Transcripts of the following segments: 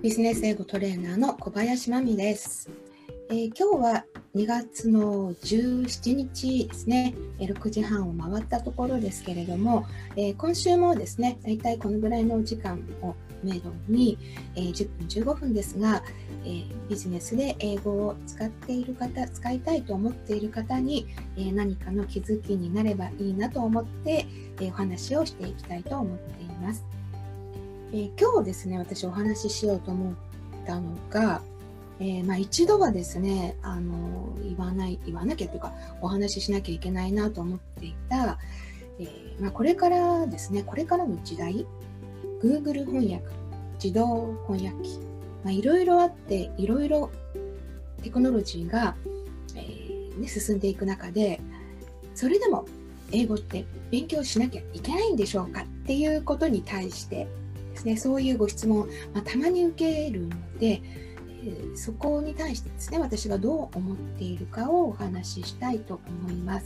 ビジネス英語トレーナーの小林真美です。今日は2月の17日ですね、6時半を回ったところですけれども、今週もですね、だいたいこのぐらいのお時間をめどに、10分15分ですが、ビジネスで英語を使いたいと思っている方に、何かの気づきになればいいなと思って、お話をしていきたいと思っています。今日ですね、私お話ししようと思ったのが、一度はですね、言わなきゃというか、お話ししなきゃいけないなと思っていた、これからですね、これからの時代、Google 翻訳、自動翻訳機、いろいろあって、いろいろテクノロジーが、進んでいく中で、それでも英語って勉強しなきゃいけないんでしょうかっていうことに対してですね、そういうご質問、たまに受けるので、そこに対してですね、私がどう思っているかをお話ししたいと思います。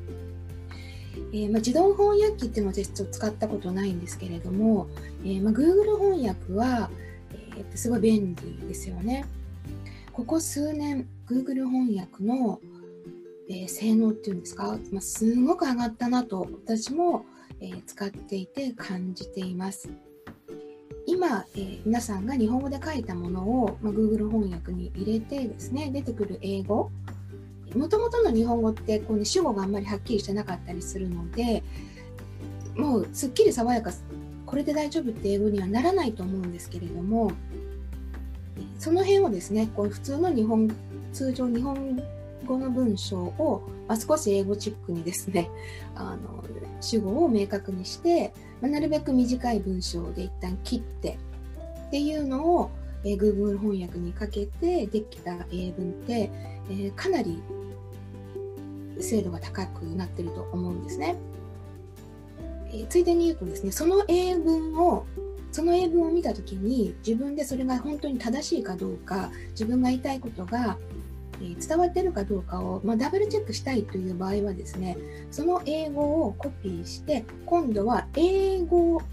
自動翻訳機っていうのは私ちょっと使ったことないんですけれども、Google 翻訳は、すごい便利ですよね。ここ数年 Google 翻訳の、性能っていうんですか、すごく上がったなと私も、使っていて感じています。今、皆さんが日本語で書いたものを、Google 翻訳に入れてですね、出てくる英語、もともとの日本語ってこう、主語があんまりはっきりしてなかったりするので、もうすっきり爽やか、これで大丈夫って英語にはならないと思うんですけれども、その辺をですね、こう普通の通常日本語の文章を、少し英語チックにですね、主語を明確にして、なるべく短い文章で一旦切ってっていうのを、Google 翻訳にかけてできた英文って、かなり精度が高くなっていると思うんですね。ついでに言うとですね、その英文を見たときに自分でそれが本当に正しいかどうか、自分が言いたいことが伝わっているかどうかを、ダブルチェックしたいという場合はですね、その英語をコピーして今度は英語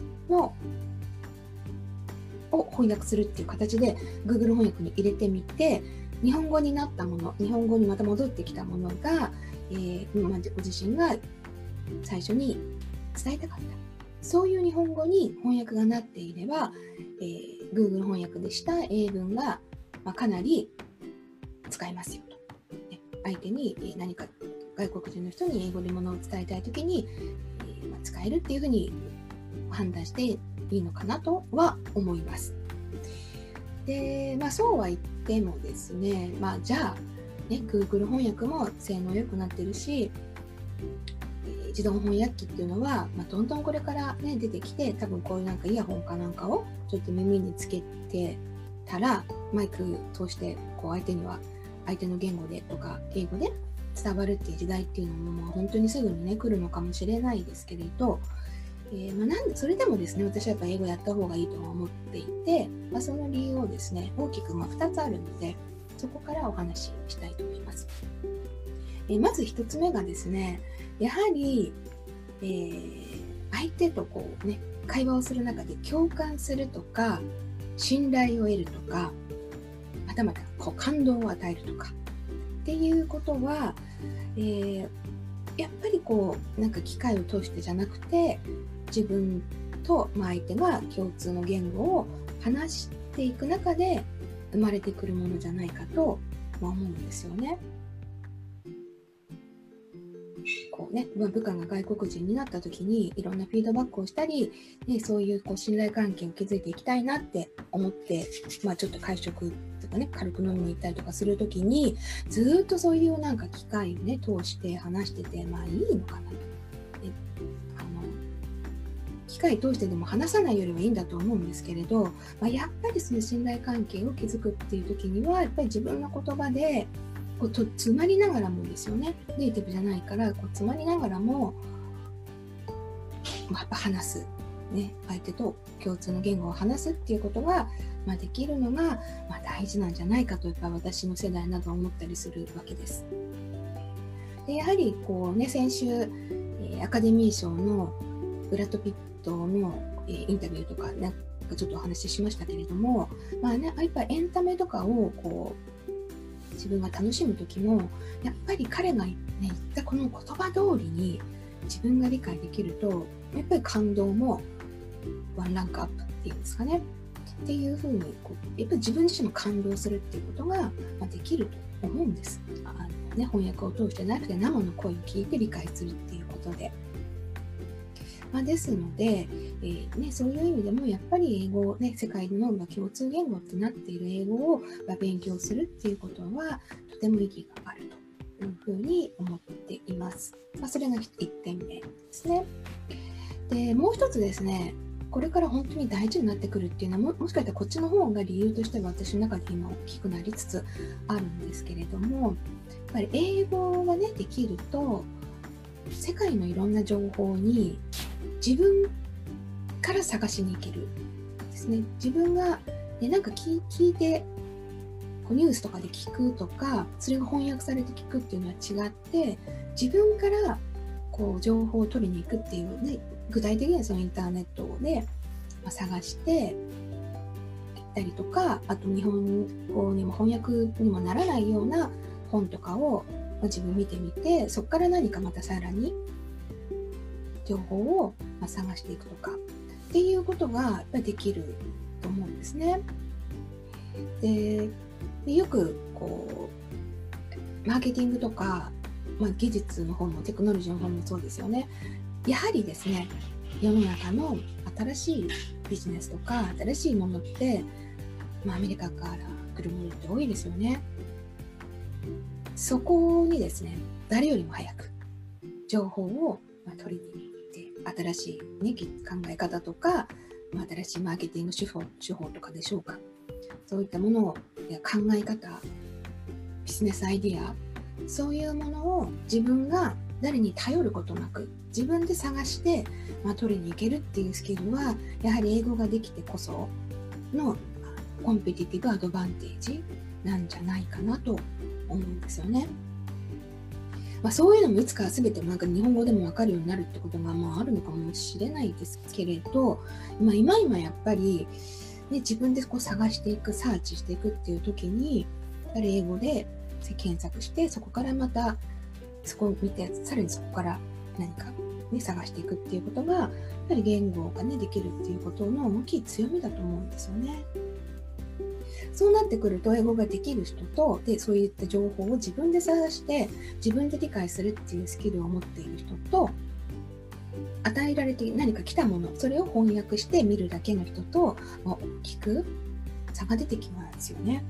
を翻訳するっていう形で Google 翻訳に入れてみて、日本語になったもの、日本語にまた戻ってきたものが、ご自身が最初に伝えたかったそういう日本語に翻訳がなっていれば、Google 翻訳でした英文が、かなり使えますよと。相手に何か外国人の人に英語でものを伝えたいときに、使えるっていうふうに判断していいのかなとは思います。で、そうは言ってもですね、じゃあ、Google 翻訳も性能良くなってるし、自動翻訳機っていうのは、どんどんこれから、出てきて、多分こういうなんかイヤホンかなんかをちょっと耳につけてたら、マイク通してこう相手の言語でとか英語で伝わるっていう時代っていうのも、本当にすぐに来るのかもしれないですけれど、それでもですね、私はやっぱ英語やった方がいいとは思っていて、その理由をですね、大きく2つあるので、そこからお話ししたいと思います。まず1つ目がですね、やはり、相手と会話をする中で共感するとか、信頼を得るとか、また感動を与えるとかっていうことは、やっぱり機械を通してじゃなくて、自分と相手が共通の言語を話していく中で生まれてくるものじゃないかと思うんですよね。部下が外国人になった時にいろんなフィードバックをしたり、そういう信頼関係を築いていきたいなって思って、ちょっと会食とか軽く飲みに行ったりとかする時に、ずっとそういう機会を通して話してて、いいのかなと。機械通してでも話さないよりはいいんだと思うんですけれど、やっぱりその信頼関係を築くっていう時には、やっぱり自分の言葉で詰まりながらもですよね、ネイティブじゃないから詰まりながらも、やっぱ話す、相手と共通の言語を話すっていうことが、できるのが、大事なんじゃないかと、やっぱ私の世代などは思ったりするわけです。で、やはり先週、アカデミー賞のブラッド・ピットのインタビューとかちょっとお話ししましたけれども、まあね、やっぱりエンタメとかを自分が楽しむ時もやっぱり彼が、ね、言ったこの言葉通りに自分が理解できるとやっぱり感動もワンランクアップっていうんですかねっていう風にやっぱり自分自身も感動するっていうことができると思うんです。翻訳を通してなくて生の声を聞いて理解するっていうことで。ですので、そういう意味でもやっぱり英語、世界の共通言語ってなっている英語を勉強するっていうことはとても意義があるというふうに思っています。それが1点目ですね。で、もう一つですね、これから本当に大事になってくるっていうのは もしかしたらこっちの方が理由としては私の中で今大きくなりつつあるんですけれども、やっぱり英語ができると世界のいろんな情報に自分から探しに行けるですね。自分が、なんか聞いてニュースとかで聞くとか、それが翻訳されて聞くっていうのは違って、自分から情報を取りに行くっていうね、具体的にはそのインターネットで探して行ったりとか、あと日本語にも翻訳にもならないような本とかを自分見てみて、そこから何かまたさらに情報を探していくとかっていうことがやっぱりできると思うんですね。でよくマーケティングとか、技術の方もテクノロジーの方もそうですよね。やはりですね、世の中の新しいビジネスとか新しいものって、アメリカから来るものって多いですよね。そこにですね、誰よりも早く情報を取りに行って、新しい、考え方とか、新しいマーケティング手法とかでしょうか。そういったものを、考え方、ビジネスアイディア、そういうものを自分が誰に頼ることなく自分で探して、取りに行けるっていうスキルはやはり英語ができてこそのコンペティティブアドバンテージなんじゃないかなと思うんですよね。そういうのもいつかは全て日本語でも分かるようになるってことがあるのかもしれないですけれど、今やっぱり、自分で探していく、サーチしていくっていう時にやっぱり英語で検索して、そこからまたそこを見て、さらにそこから何か、探していくっていうことがやっぱり言語ができるっていうことの大きい強みだと思うんですよね。そうなってくると英語ができる人とそういった情報を自分で探して自分で理解するっていうスキルを持っている人と、与えられて何か来たもの、それを翻訳して見るだけの人と大きく差が出てきますよね。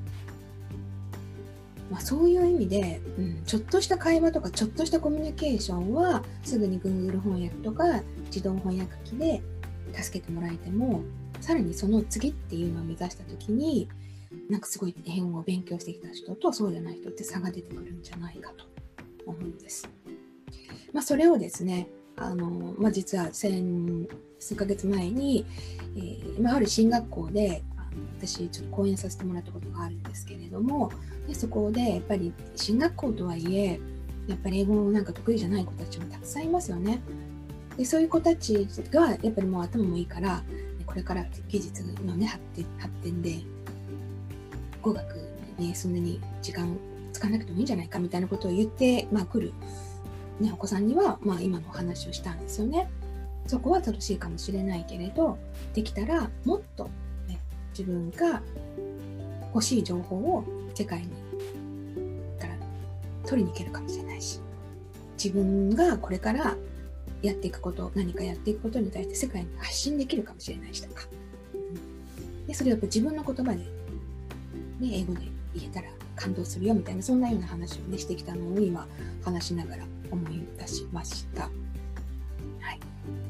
そういう意味で、ちょっとした会話とかちょっとしたコミュニケーションはすぐに Google 翻訳とか自動翻訳機で助けてもらえても、さらにその次っていうのを目指した時にすごい英語を勉強してきた人とそうじゃない人って差が出てくるんじゃないかと思うんです。それをですね、実は数ヶ月前に、ある進学校で私ちょっと講演させてもらったことがあるんですけれども、そこでやっぱり進学校とはいえやっぱり英語得意じゃない子たちもたくさんいますよね。でそういう子たちがやっぱりもう頭もいいから、これから技術の発展で語学にそんなに時間使わなくてもいいんじゃないかみたいなことを言って来る、お子さんには今のお話をしたんですよね。そこは正しいかもしれないけれど、できたらもっと、自分が欲しい情報を世界にから取りに行けるかもしれないし、自分がこれからやっていくこと、何かやっていくことに対して世界に発信できるかもしれないしとか、でそれをやっぱ自分の言葉で、英語で言えたら感動するよみたいな、そんなような話をしてきたのを今話しながら思い出しました。はい。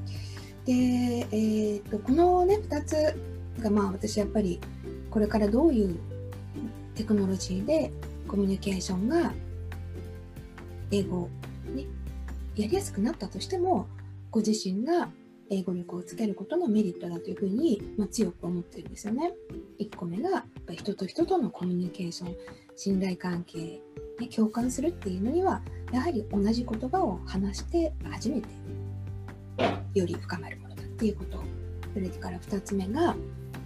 で、この2つが私やっぱりこれからどういうテクノロジーでコミュニケーションが英語やりやすくなったとしても、ご自身が英語力をつけることのメリットだというふうに、強く思ってるんですよね。1個目がやっぱり人と人とのコミュニケーション、信頼関係、共感するっていうのにはやはり同じ言葉を話して初めてより深まるものだっていうこと。それから2つ目が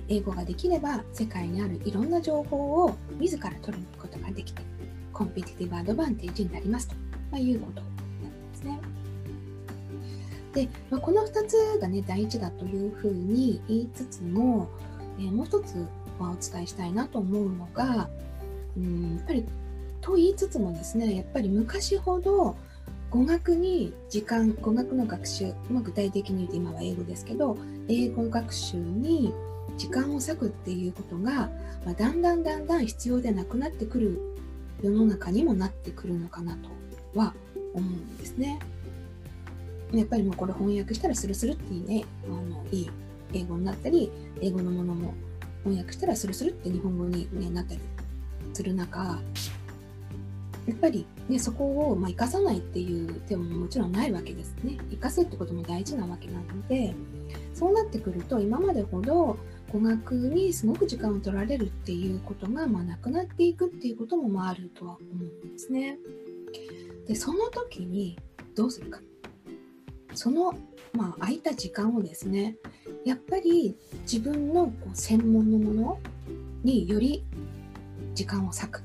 英語ができれば世界にあるいろんな情報を自ら取ることができて、コンペティティブアドバンテージになりますということなんですね。で、この2つがね、大事だというふうに言いつつも、もう一つお伝えしたいなと思うのが、やっぱりと言いつつもですね、やっぱり昔ほど語学に語学の学習、具体的に言うと今は英語ですけど、英語学習に時間を割くっていうことが、だんだん必要でなくなってくる世の中にもなってくるのかなとは思うんですね。やっぱりもうこれ翻訳したらスルスルっていいね、いい英語になったり、英語のものも翻訳したらスルスルって日本語に、なったりする中、やっぱり、そこを生かさないっていう手ももちろんないわけですね。生かすってことも大事なわけなので、そうなってくると今までほど語学にすごく時間を取られるっていうことが、なくなっていくっていうこともあるとは思うんですね。で、その時にどうするか。その、空いた時間をですね、やっぱり自分の専門のものにより時間を割く。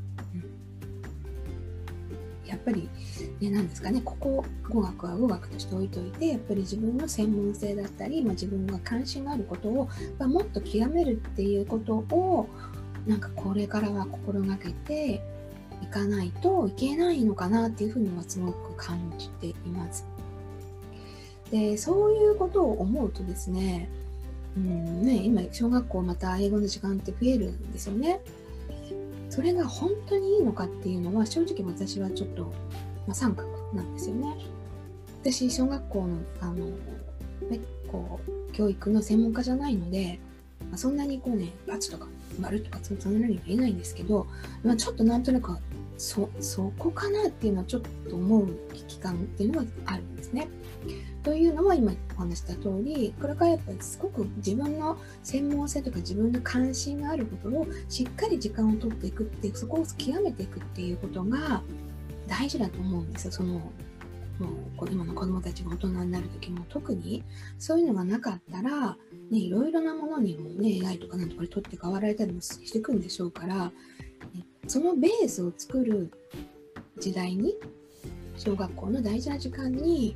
やっぱり、なんですかね、ここ語学は語学として置いといて、やっぱり自分の専門性だったり、自分が関心があることを、もっと極めるっていうことをこれからは心がけていかないといけないのかなっていうふうにはすごく感じています。で、そういうことを思うとですね、今小学校また英語の時間って増えるんですよね。それが本当にいいのかっていうのは正直私はちょっと、三角なんですよね。私小学校の教育の専門家じゃないので、そんなにバツとか丸とかそんなには言えないんですけど、ちょっとなんとなくそこかなっていうのはちょっと思う危機感っていうのがあるんですね。というのは今お話した通り、これからやっぱりすごく自分の専門性とか自分の関心があることをしっかり時間を取っていくっていう、そこを極めていくっていうことが大事だと思うんですよ。もう今の子どもたちが大人になる時も特にそういうのがなかったら、いろいろなものにもAI とかなんとかで取って代わられたりもしていくんでしょうから、そのベースを作る時代に、小学校の大事な時間に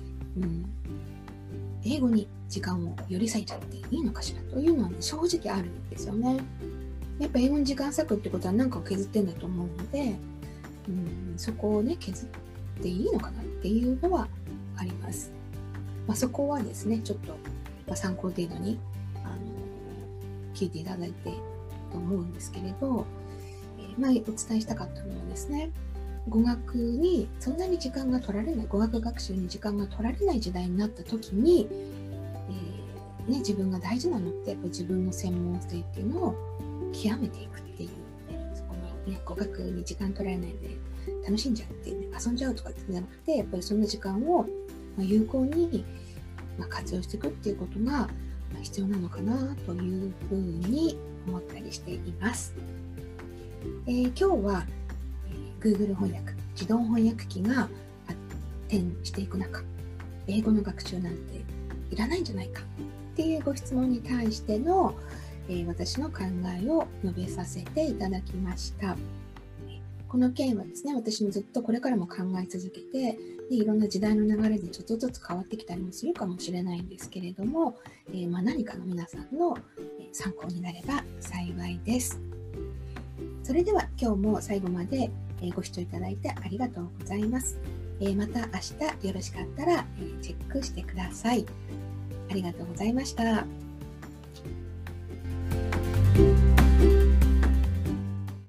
英語に時間をより割いちゃっていいのかしらというのは、正直あるんですよね。やっぱ英語に時間割くってことは何かを削ってんだと思うので、そこを削っていいのかなっていうのはあります。そこはですね、ちょっと、参考程度に聞いていただいてと思うんですけれど、お伝えしたかったのはですね、語学にそんなに時間が取られない、語学学習に時間が取られない時代になった時に、自分が大事なのってやっぱり自分の専門性っていうのを極めていくっていう、そこの語学に時間取られないで楽しんじゃうっていう、遊んじゃうとかじゃなくて、やっぱりその時間を有効に活用していくっていうことが必要なのかなというふうに思ったりしています。今日はGoogle 翻訳、自動翻訳機が発展していく中、英語の学習なんていらないんじゃないかっていうご質問に対しての、私の考えを述べさせていただきました。この件はですね、私もずっとこれからも考え続けて、いろんな時代の流れでちょっとずつ変わってきたりもするかもしれないんですけれども、何かの皆さんの参考になれば幸いです。それでは今日も最後までご視聴いただいてありがとうございます。また明日よろしかったらチェックしてください。ありがとうございました。